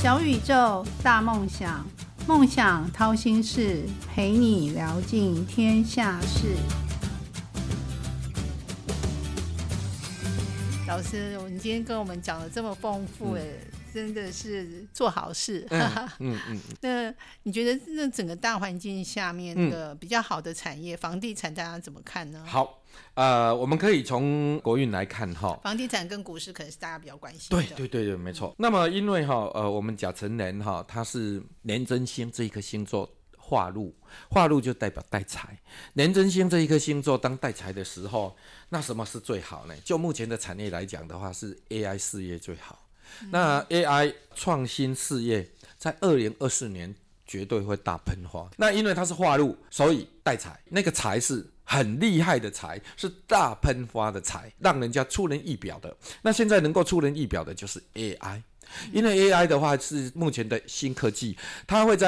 小宇宙，大梦想，梦想掏心事，陪你聊尽天下事。老师，你今天跟我们讲的这么丰富，真的是做好事。那你觉得那整个大环境下面的比较好的产业，房地产大家怎么看呢？ 好，我们可以从国运来看哈， 房地产跟股市可能是大家比较关心的。 对，没错。那么因为我们甲辰年它是廉贞星这一颗星座化禄就代表带财，廉贞星这一颗星座当带财的时候，那什么是最好呢？就目前的产业来讲的话，是 AI 事业最好。那 AI 创新事业在2024年绝对会大喷发。那因为它是化禄，所以带财，那个财是很厉害的财，是大喷发的财，让人家出人意表的。那现在能够出人意表的就是 AI。因为 AI 的话是目前的新科技，它会在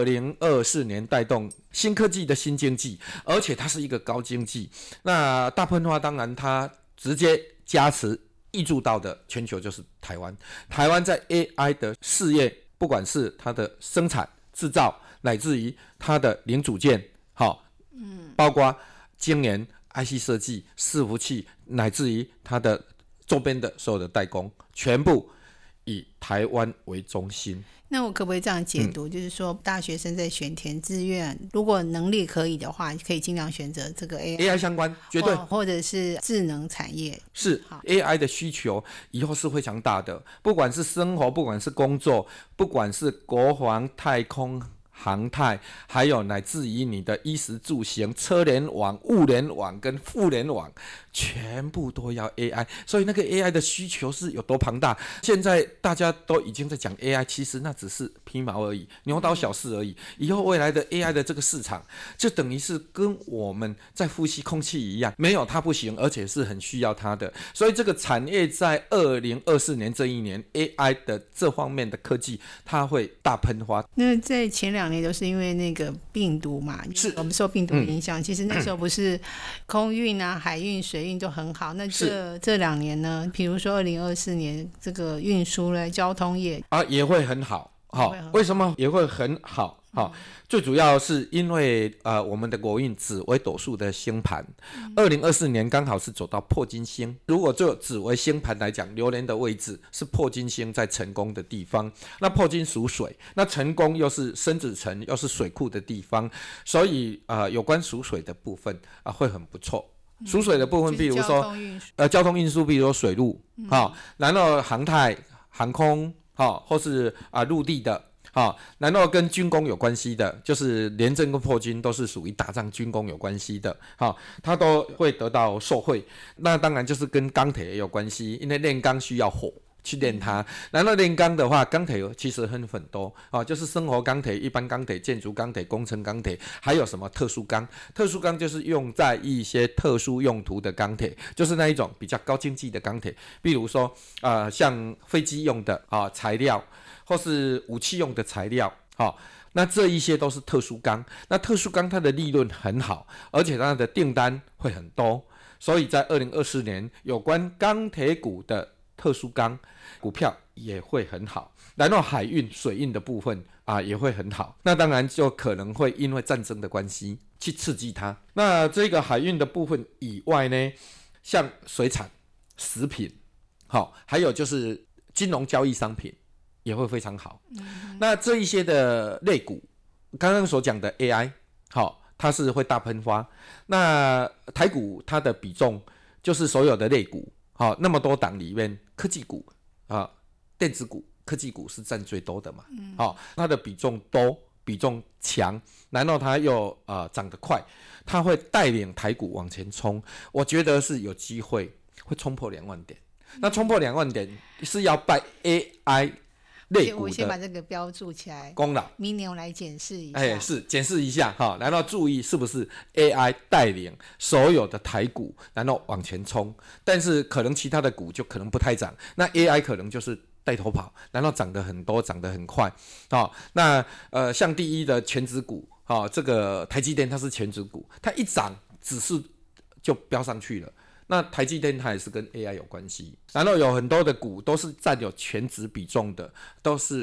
2024年带动新科技的新经济，而且它是一个高经济。那大喷发当然它直接加持挹注到的全球就是台湾。台湾在 AI 的事业，不管是它的生产制造，乃至于它的零组件，包括晶圆、IC 设计、伺服器，乃至于它的周边的所有的代工，全部以台湾为中心。 那我可不可以这样解读，就是说大学生在选填志愿，如果能力可以的话，可以尽量选择这个 AI 相关，绝对， 或者是智能产业。 是 AI 的需求以后是非常大的，不管是生活，不管是工作，不管是国防、太空、航太，还有乃至于你的衣食住行、车联网、物联网跟互联网，全部都要 AI。 所以那个 AI 的需求是有多庞大。现在大家都已经在讲 AI， 其实那只是皮毛而已，牛刀小试而已。以后未来的 AI 的这个市场，就等于是跟我们在呼吸空气一样，没有它不行，而且是很需要它的。所以这个产业在2024年这一年 AI 的这方面的科技，它会大喷发。 那在前2年都是因为那个病毒嘛，是我们受病毒影响，其实那时候不是空运啊、海运、水运都很好。那这2年呢，比如说2024年这个运输呢，交通业也会很好。为什么也会很好？最主要是因为我们的国运紫微斗数的星盘，2024年刚好是走到破金星。如果就紫微星盘来讲，流年的位置是破金星在辰宫的地方，那破金属水，那辰宫又是申子辰，又是水库的地方，所以有关属水的部分会很不错。属水的部分，比如说交通运输，比如说水路，然后航太、航空，或是陆地的。然后跟军工有关系的，就是廉贞跟破军都是属于打仗军工有关系的，它都会得到受惠。那当然就是跟钢铁也有关系，因为炼钢需要火去炼它。然后炼钢的话，钢铁其实很多，就是生活钢铁、一般钢铁、建筑钢铁、工程钢铁，还有什么特殊钢。特殊钢就是用在一些特殊用途的钢铁，就是那一种比较高经济的钢铁，比如说像飞机用的材料，或是武器用的材料，那这一些都是特殊钢。那特殊钢它的利润很好，而且它的订单会很多，所以在2024年有关钢铁股的特殊钢股票也会很好。然后海运、水运的部分也会很好。那当然就可能会因为战争的关系去刺激它。那这个海运的部分以外呢，像水产、食品，还有就是金融交易商品也会非常好。那这一些的类股，刚刚所讲的 AI， 它是会大喷发。那台股它的比重就是所有的类股，那么多档里面，科技股电子股、科技股是占最多的嘛。它的比重多，比重强，然后它又涨得快，它会带领台股往前冲。我觉得是有机会会冲破2万点。那冲破2万点是要拜 AI 类股的， 我先把这个标注起来， 功劳。 明年我来检视一下。 是检视一下然后注意是不是 AI 带领所有的台股，然后往前冲。但是可能其他的股就可能不太涨，那 AI 可能就是带头跑，然后涨得很多，涨得很快。那像第一的全指股，这个台积电它是全指股，它一涨指数就飙上去了。那台积电它也是跟 AI 有关系，然后有很多的股都是占有全值比重的，都是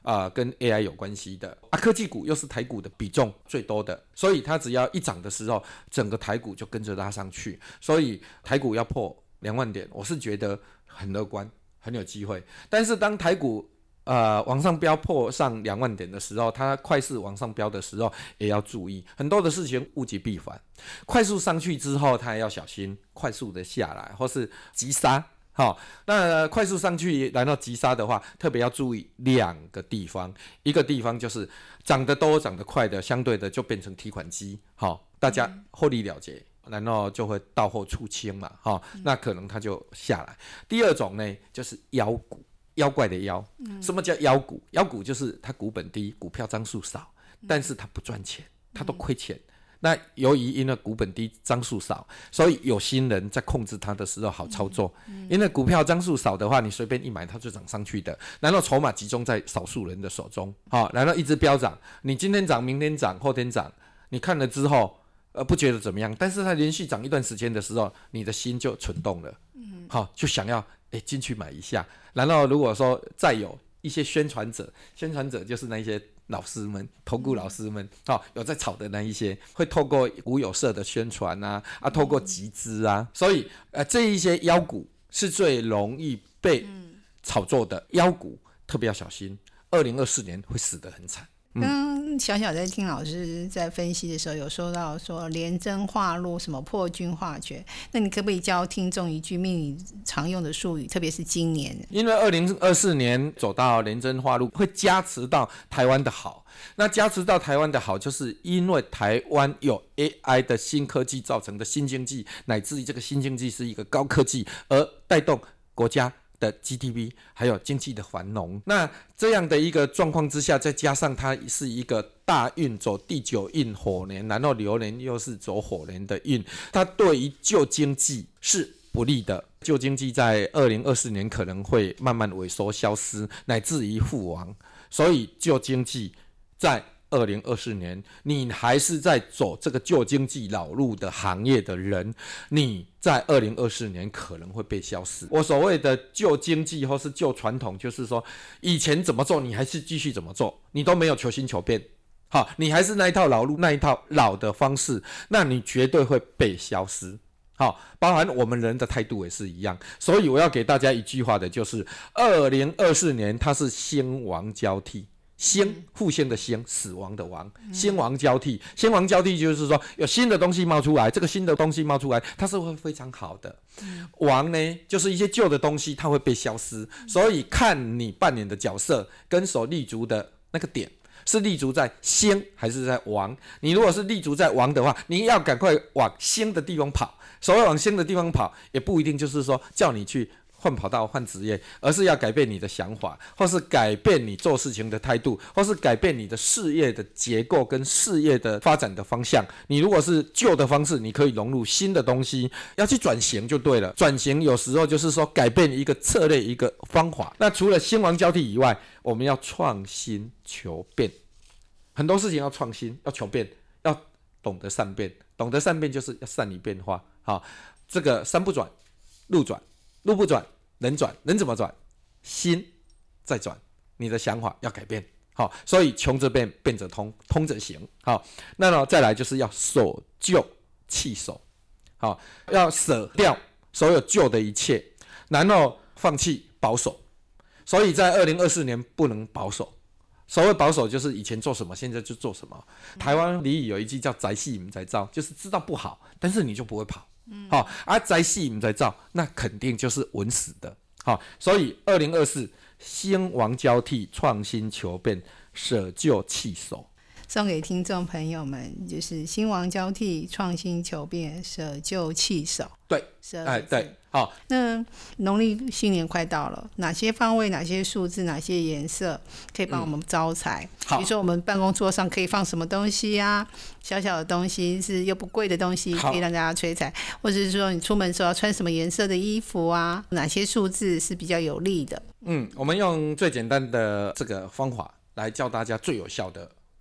跟 AI 有关系的科技股又是台股的比重最多的，所以它只要一涨的时候，整个台股就跟着拉上去，所以台股要破2万点，我是觉得很乐观，很有机会。但是当台股往上飙破上2万点的时候，它快速往上飙的时候也要注意，很多的事情物极必反，快速上去之后它也要小心快速的下来或是急杀。好，那快速上去然后急杀的话，特别要注意2个地方，一个地方就是涨得多涨得快的，相对的就变成提款机，好，大家获利了结，然后就会到后出清嘛，那可能它就下来。第二种呢，就是妖股，妖怪的妖。什么叫妖股？妖股就是它股本低，股票张数少，但是它不赚钱，它都亏钱。那由于因为股本低张数少，所以有心人在控制它的时候好操作。因为股票张数少的话，你随便一买它就涨上去的，然后筹码集中在少数人的手中，然后一直飙涨，你今天涨明天涨后天涨，你看了之后不觉得怎么样，但是它连续涨一段时间的时候，你的心就蠢动了，就想要进去买一下。然后如果说再有一些宣传者就是那一些老师们，投顾老师们，有在炒的那一些，会透过股有社的宣传透过集资所以这一些妖股是最容易被炒作的，妖股特别要小心，2024年会死得很惨。 刚刚小小在听老师在分析的时候，有说到说连针化禄，什么破军化权，那你可不可以教听众一句命理常用的术语，特别是今年？ 因为2024年走到连针化禄，会加持到台湾的好。那加持到台湾的好，就是因为台湾有 AI 的新科技造成的新经济，乃至于这个新经济是一个高科技，而带动国家的 GDP 还有经济的繁荣。那这样的一个状况之下，再加上它是一个大运走第9运火年，然后流年又是走火年的运，它对于旧经济是不利的。旧经济在2024年可能会慢慢萎缩消失，乃至于覆亡。所以旧经济在2024年，你还是在走这个旧经济老路的行业的人，你在2024年可能会被消失。我所谓的旧经济或是旧传统，就是说以前怎么做你还是继续怎么做，你都没有求新求变，好，你还是那一套老路，那一套老的方式，那你绝对会被消失。好，包含我们人的态度也是一样。所以我要给大家一句话的就是2024年它是兴亡交替，兴复兴的兴，死亡的亡，兴亡交替。兴亡交替就是说有新的东西冒出来，这个新的东西冒出来它是会非常好的。亡呢就是一些旧的东西它会被消失。所以看你扮演的角色跟所立足的那个点是立足在兴还是在亡。你如果是立足在亡的话，你要赶快往兴的地方跑。所谓往兴的地方跑，也不一定就是说叫你去换跑道换职业，而是要改变你的想法，或是改变你做事情的态度，或是改变你的事业的结构跟事业的发展的方向。你如果是旧的方式，你可以融入新的东西，要去转型就对了。转型有时候就是说改变一个策略一个方法。那除了兴亡交替以外，我们要创新求变，很多事情要创新要求变，要懂得善变。懂得善变就是要善于变化。好，这个山不转路转，路不转人转，人怎么转？心再转，你的想法要改变。好，所以穷则变，变则通，通则行。好，那么再来就是要守旧弃守。好，要舍掉所有旧的一切，然后放弃保守。所以在2024年不能保守。所谓保守就是以前做什么现在就做什么。台湾俚语有一句叫宅戏不宅照，就是知道不好但是你就不会跑。宅戏不宅照那肯定就是稳死的。所以2024兴亡交替，创新求变，舍旧弃守。 送给听众朋友们，就是兴亡交替，创新求变，舍旧弃守。 对，对，好。 那农历新年快到了，哪些方位、哪些数字、哪些颜色可以帮我们招财？比如说我们办公桌上可以放什么东西啊？小小的东西是又不贵的东西，可以让大家催财，或者是说你出门的时候要穿什么颜色的衣服啊？哪些数字是比较有利的？ 我们用最简单的这个方法来教大家最有效的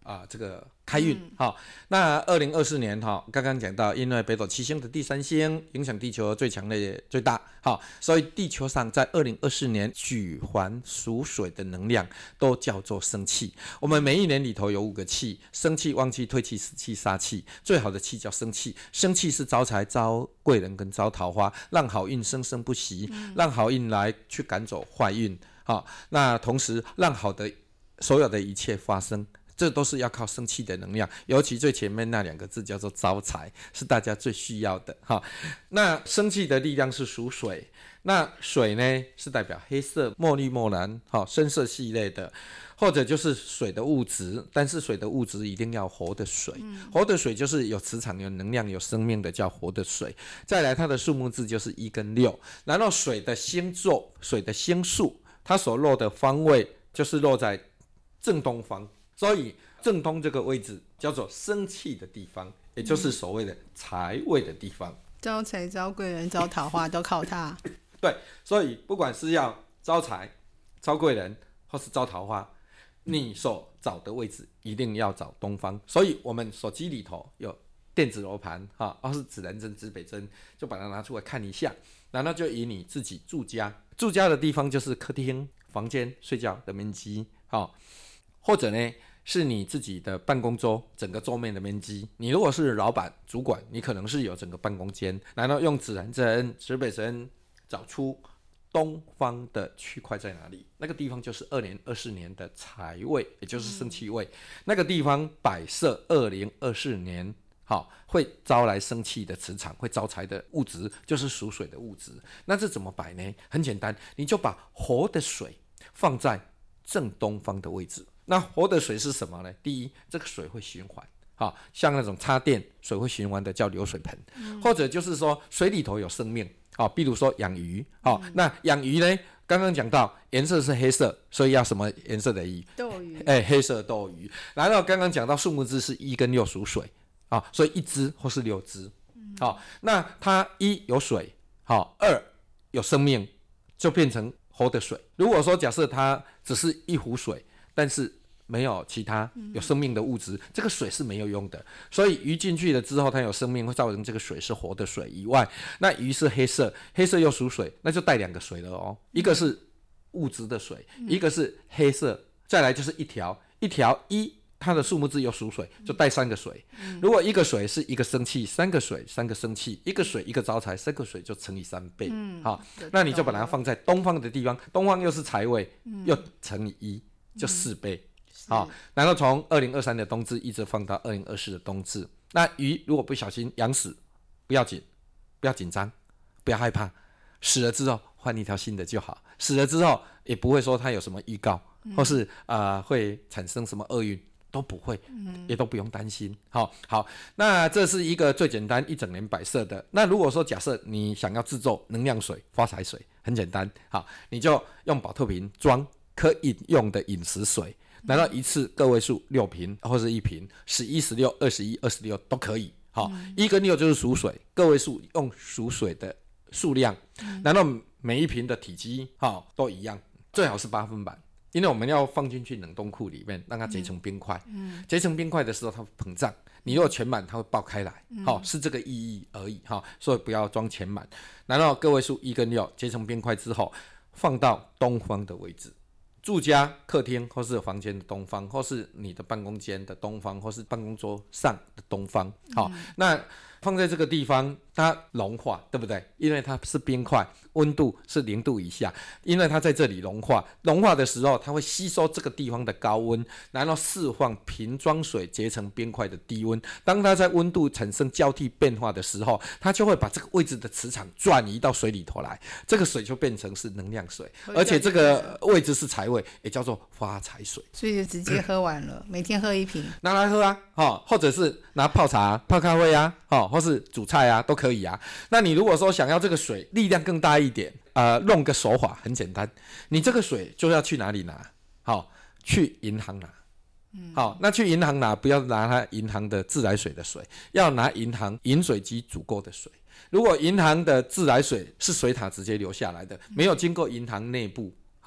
这个开运。那2024年刚刚讲到，因为北斗七星的第3星影响地球最强烈最大，所以地球上在2024年举环属水的能量都叫做生气。我们每一年里头有5个气：生气、旺气、退气、死气、杀气。最好的气叫生气，生气是招财、招贵人跟招桃花，让好运生生不息，让好运来去赶走坏运。那同时让好的所有的一切发生，这都是要靠生气的能量，尤其最前面那2个字叫做招财，是大家最需要的。那生气的力量是属水，那水呢是代表黑色、墨绿、墨蓝，深色系类的，或者就是水的物质，但是水的物质一定要活的水，活的水就是有磁场、有能量、有生命的，叫活的水。再来它的数目字就是1跟6，然后水的星座、水的星数，它所落的方位就是落在正东方，所以正东这个位置叫做生气的地方，也就是所谓的财位的地方。 招财、招贵人、招桃花都靠它。 对，所以不管是要招财、招贵人或是招桃花，你所找的位置一定要找东方。所以我们手机里头有电子罗盘，或是指南针、指北针，就把它拿出来看一下，然后就以你自己住家的地方就是客厅、房间、睡觉的面积，或者呢是你自己的办公桌整个桌面的面积。你如果是老板主管，你可能是有整个办公间，然后用指南针、指北针找出东方的区块在哪里，那个地方就是2024年的财位，也就是生气位。那个地方摆设2024年会招来生气的磁场，会招财的物质，就是属水的物质。那这怎么摆呢？很简单，你就把活的水放在正东方的位置。那活的水是什么呢？第一，这个水会循环，像那种插电水会循环的叫流水盆，或者就是说水里头有生命，比如说养鱼，那养鱼呢，刚刚讲到颜色是黑色，所以要什么颜色的鱼？ 斗鱼。 黑色斗鱼。然后刚刚讲到数目字是1跟6属水，所以1只或是6只。那它1有水，2有生命，就变成活的水。如果说假设它只是1壶水，但是没有其他有生命的物质，这个水是没有用的。所以鱼进去了之后，它有生命，会造成这个水是活的水以外，那鱼是黑色，黑色又属水，那就带2个水了哦。一个是物质的水，一个是黑色，再来就是一条它的数目字又属水，就带3个水。如果一个水是1个生气，3个水3个生气，1个水1个招财，3个水就乘以3倍。那你就把它放在东方的地方，东方又是财位，又乘以1，就4倍。然后从2023的冬至一直放到2024的冬至。那鱼如果不小心养死，不要紧，不要紧张，不要害怕，死了之后换一条新的就好。死了之后也不会说它有什么预告，或是会产生什么厄运，都不会，也都不用担心。好，那这是一个最简单一整年摆设的。那如果说假设你想要制作能量水、发财水，很简单，你就用保特瓶装可饮用的饮食水，然后一次个位数6瓶或是1瓶，11、16、21、26都可以。1跟6就是属水，个位数用属水的数量，然后每一瓶的体积都一样，最好是8分满。因为我们要放进去冷冻库里面，让它结成冰块。结成冰块的时候，它会膨胀。你如果全满，它会爆开来。是这个意义而已。所以不要装全满。然后个位数1跟6结成冰块之后，放到东方的位置。住家、客厅或是房间的东方，或是你的办公间的东方，或是办公桌上的东方。那放在这个地方，它融化，对不对？因为它是冰块，温度是0度以下，因为它在这里融化，融化的时候，它会吸收这个地方的高温，然后释放瓶装水结成冰块的低温。当它在温度产生交替变化的时候，它就会把这个位置的磁场转移到水里头来，这个水就变成是能量水，而且这个位置是财位，也叫做发财水。 所以就直接喝完了，每天喝1瓶， 拿来喝啊，或者是拿泡茶、泡咖啡啊，或是煮菜啊，都可以啊。那你如果说想要这个水力量更大一点，弄个手法很简单，你这个水就要去哪里拿？去银行拿。那去银行拿，不要拿它银行的自来水的水，要拿银行饮水机煮过的水。如果银行的自来水是水塔直接流下来的，没有经过银行内部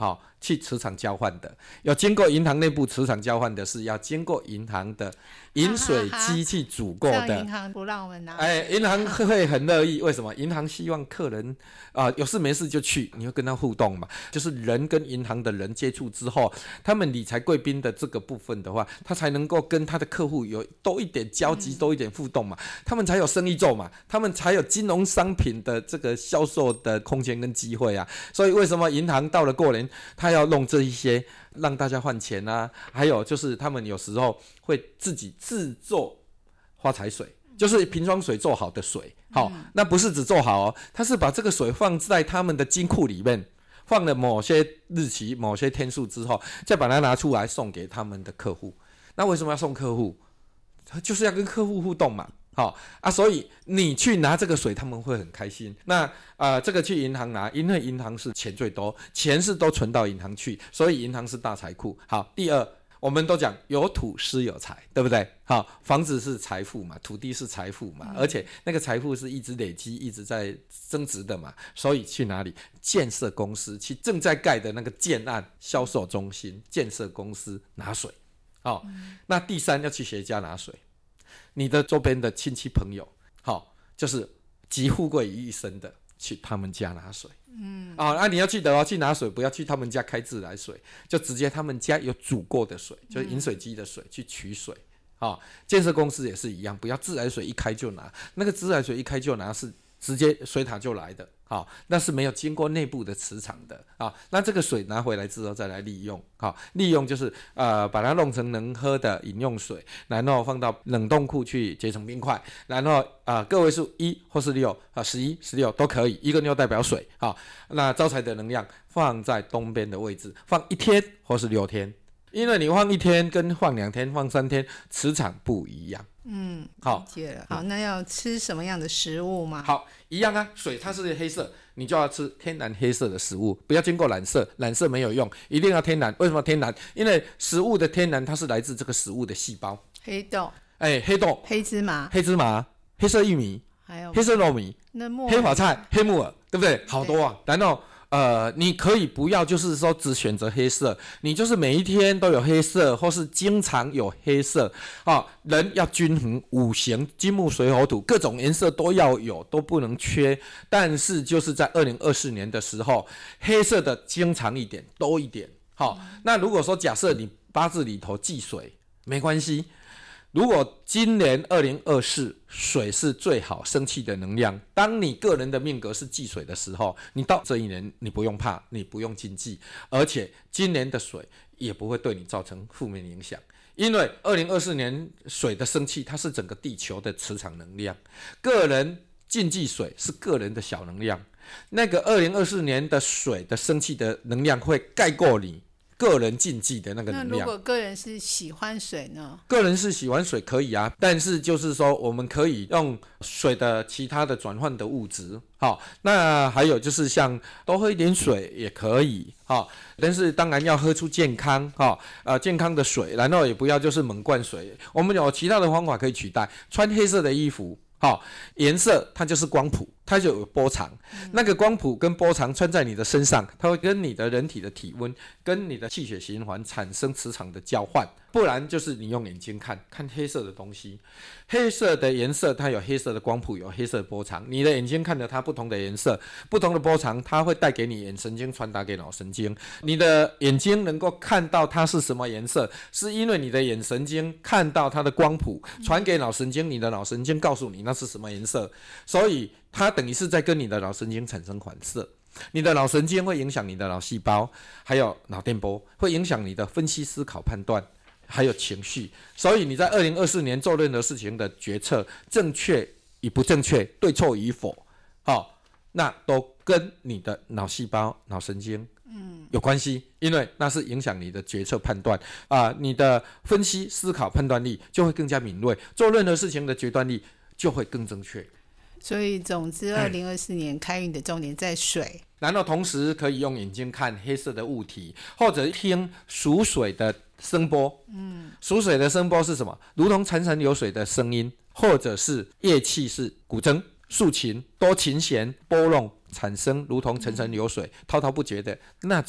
去磁场交换的，有经过银行内部磁场交换的是要经过银行的饮水机去煮过的。 银行不让我们拿。 银行会很乐意，为什么？银行希望客人有事没事就去，你会跟他互动嘛？就是人跟银行的人接触之后，他们理财贵宾的这个部分的话，他才能够跟他的客户有多一点交集，多一点互动嘛，他们才有生意做嘛，他们才有金融商品的这个销售的空间跟机会啊。所以为什么银行到了过年，他要弄这一些让大家换钱啊？还有就是他们有时候会自己制作发财水。就是瓶装水做好的水，那不是只做好哦，他是把这个水放在他们的金库里面，放了某些日期、某些天数之后，再把它拿出来送给他们的客户。那为什么要送客户？就是要跟客户互动嘛，所以你去拿这个水，他们会很开心。那这个去银行拿，因为银行是钱最多，钱是都存到银行去，所以银行是大财库。好，第二。我们都讲有土施有财，对不对？房子是财富嘛，土地是财富嘛，而且那个财富是一直累积、一直在增值的嘛。所以去哪里？建设公司，去正在盖的那个建案销售中心、建设公司拿水。那第三要去谁家拿水？你的周边的亲戚朋友，就是集富贵于一身的，去他们家拿水。你要记得去拿水，不要去他们家开自来水，就直接他们家有煮过的水，就是饮水机的水去取水。建设公司也是一样，不要自来水一开就拿，那个自来水一开就拿是直接水塔就来的，那是没有经过内部的磁场的，那这个水拿回来之后再来利用，利用就是把它弄成能喝的饮用水，然后放到冷冻库去结成冰块，然后个位数1或是6、11、16都可以，一个6代表水，那招财的能量放在东边的位置，放1天或是6天，因为你放1天跟放2天、放3天磁场不一样。 好，理解了。好，那要吃什么样的食物吗？ 好，一样啊，水它是黑色，你就要吃天然黑色的食物，不要经过染色，染色没有用，一定要天然。为什么天然？因为食物的天然它是来自这个食物的细胞。 黑豆， 黑豆， 黑芝麻， 黑色玉米， 还有黑色糯米，黑花菜，黑木耳，对不对？好多啊。然后你可以不要就是说只选择黑色，你就是每一天都有黑色，或是经常有黑色人要均衡，5行金木水火土各种颜色都要有，都不能缺。但是就是在2024年的时候，黑色的经常一点，多一点。那如果说假设你八字里头忌水，没关系。如果今年2024水是最好生气的能量，当你个人的命格是忌水的时候，你到这一年你不用怕，你不用禁忌，而且今年的水也不会对你造成负面影响，因为2024年水的生气它是整个地球的磁场能量，个人禁忌水是个人的小能量，那个2024年的水的生气的能量会盖过你个人禁忌的那个能量。 那如果个人是喜欢水呢？ 个人是喜欢水可以啊，但是就是说我们可以用水的其他的转换的物质，那还有就是像多喝一点水也可以，但是当然要喝出健康，健康的水，然后也不要就是猛灌水。我们有其他的方法可以取代，穿黑色的衣服。颜色它就是光谱，它就有波长，那个光谱跟波长穿在你的身上，它会跟你的人体的体温跟你的气血循环产生磁场的交换。不然就是你用眼睛看黑色的东西，黑色的颜色它有黑色的光谱，有黑色的波长，你的眼睛看着它不同的颜色不同的波长，它会带给你眼神经传达给脑神经，你的眼睛能够看到它是什么颜色，是因为你的眼神经看到它的光谱传给脑神经，你的脑神经告诉你那是什么颜色，所以它等于是在跟你的脑神经产生反射。你的脑神经会影响你的脑细胞，还有脑电波，会影响你的分析思考判断还有情绪，所以你在2024年做任何事情的决策，正确与不正确，对错与否，那都跟你的脑细胞、脑神经有关系，因为那是影响你的决策判断你的分析、思考、判断力就会更加敏锐，做任何事情的决断力就会更正确。 所以总之2024年开运的重点在水， 然后同时可以用眼睛看黑色的物体，或者听属水的声波。属水的声波是什么？如同潺潺流水的声音，或者是乐器是古筝、竖琴，多琴弦拨弄产生如同潺潺流水滔滔不绝的那种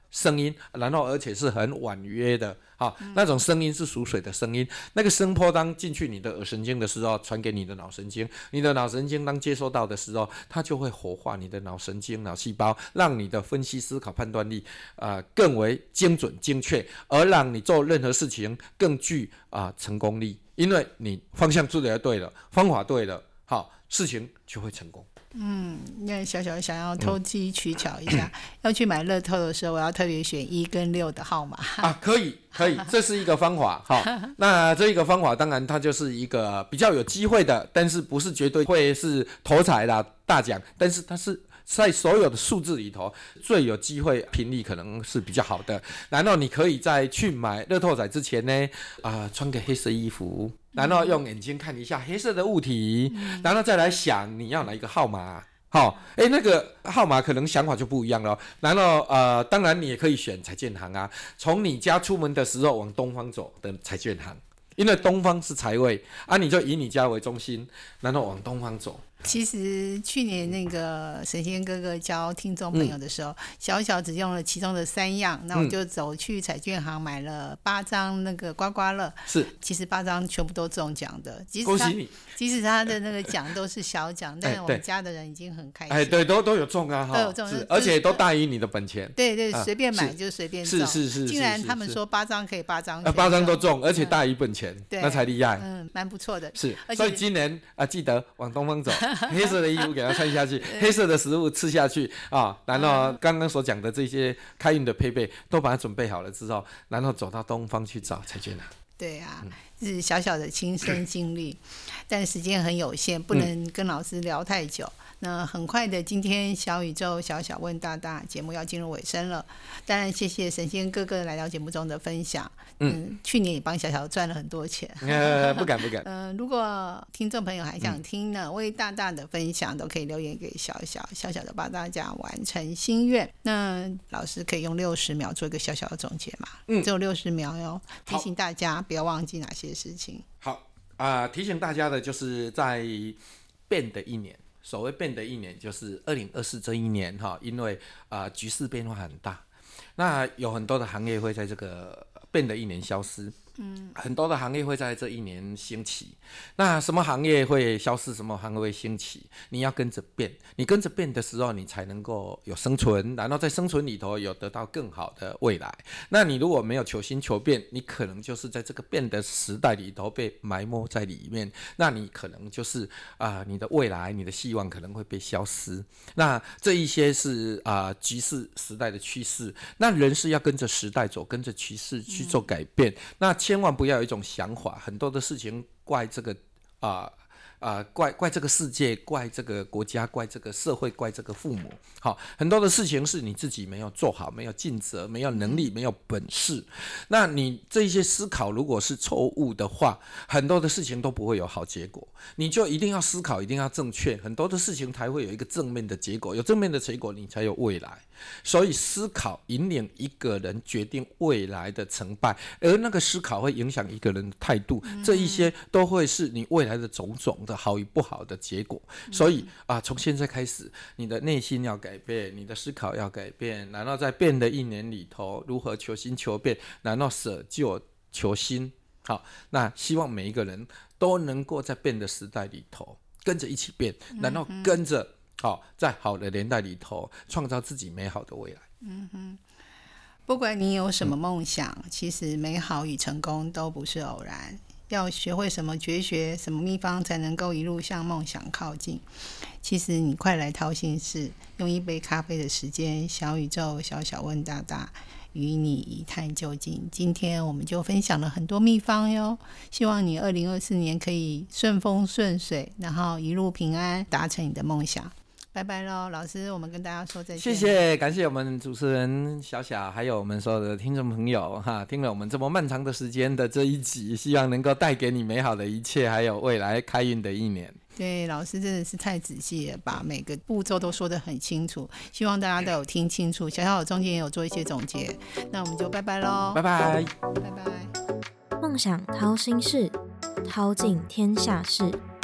声音，然后而且是很婉约的，那种声音是属水的声音。那个声波当进去你的耳神经的时候，传给你的脑神经，你的脑神经当接收到的时候，它就会活化你的脑神经、脑细胞，让你的分析、思考、判断力更为精准、精确，而让你做任何事情更具成功力。因为你方向做得对了，方法对了，事情就会成功。 那小小想要投机取巧一下，要去买乐透的时候，我要特别选1跟6的号码可以，这是一个方法那这一个方法当然它就是一个比较有机会的，但是不是绝对会是头彩啦大奖，但是它是在所有的数字里头最有机会，频率可能是比较好的。然后你可以在去买乐透彩之前呢穿个黑色衣服，然后用眼睛看一下黑色的物体，然后再来想你要哪一个号码。那个号码可能想法就不一样了。然后当然你也可以选彩券行啊，从你家出门的时候往东方走的彩券行，因为东方是财位你就以你家为中心，然后往东方走。 其实去年那个神仙哥哥教听众朋友的时候，小小只用了其中的3样，那我就走去彩券行买了8张那个刮刮乐， 是， 其实8张全部都中奖的， 恭喜你。 即使他的那个奖都是小奖，但是我们家的人已经很开心。 对，都有中啊， 都有中， 而且都大于你的本钱。 对，随便买就随便中。 是， 竟然他们说8张可以8张全中 ，8张都中，而且大于本钱，那才厉害。 蛮不错的。 是，所以今年记得往东方走，黑色的衣服给它穿下去，黑色的食物吃下去然后刚刚所讲的这些开运的配备都把它准备好了之后，然后走到东方去找彩券行。 对啊，是小小的亲身经历，但时间很有限，不能跟老师聊太久。那很快的，今天小宇宙小小问大大节目要进入尾声了。当然，谢谢神仙哥哥来到节目中的分享。去年也帮小小赚了很多钱。 不敢。 如果听众朋友还想听呢，为大大的分享都可以留言给小小的帮大家完成心愿。那老师可以用60秒做一个小小的总结嘛？只有60秒哟，提醒大家不要忘记哪些事情。 好提醒大家的就是在变的一年。所谓变的一年就是2024这一年因为局势变化很大，那有很多的行业会在这个变的一年消失，很多的行业会在这一年兴起。那什么行业会消失，什么行业会兴起，你要跟着变。你跟着变的时候，你才能够有生存，然后在生存里头有得到更好的未来。那你如果没有求新求变，你可能就是在这个变的时代里头被埋没在里面，那你可能就是你的未来，你的希望可能会被消失。那这一些是局势时代的趋势，那人是要跟着时代走，跟着趋势去做改变。那千万不要有一种想法，很多的事情怪这个怪这个世界，怪这个国家，怪这个社会，怪这个父母。很多的事情是你自己没有做好，没有尽责，没有能力，没有本事。那你这一些思考如果是错误的话，很多的事情都不会有好结果。你就一定要思考，一定要正确，很多的事情才会有一个正面的结果。有正面的结果，你才有未来。所以思考引领一个人决定未来的成败，而那个思考会影响一个人的态度，这一些都会是你未来的种种的好与不好的结果。所以从现在开始，你的内心要改变，你的思考要改变，然后在变的一年里头，如何求新求变，然后舍旧求新。好，那希望每一个人都能够在变的时代里头跟着一起变，然后跟着在好的年代里头创造自己美好的未来。 不管你有什么梦想，其实美好与成功都不是偶然。要学会什么绝学，什么秘方才能够一路向梦想靠近。其实你快来掏心事，用一杯咖啡的时间，小宇宙小小问大大，与你一探究竟。今天我们就分享了很多秘方哟，希望你2024年可以顺风顺水，然后一路平安，达成你的梦想。拜拜咯，老师，我们跟大家说再见。 谢谢，感谢我们主持人小小，还有我们所有的听众朋友听了我们这么漫长的时间的这一集，希望能够带给你美好的一切，还有未来开运的一年。 对，老师真的是太仔细了，把每个步骤都说得很清楚，希望大家都有听清楚。小小中间也有做一些总结，那我们就拜拜咯， 拜拜， 拜拜。 梦想掏心事，掏尽天下事。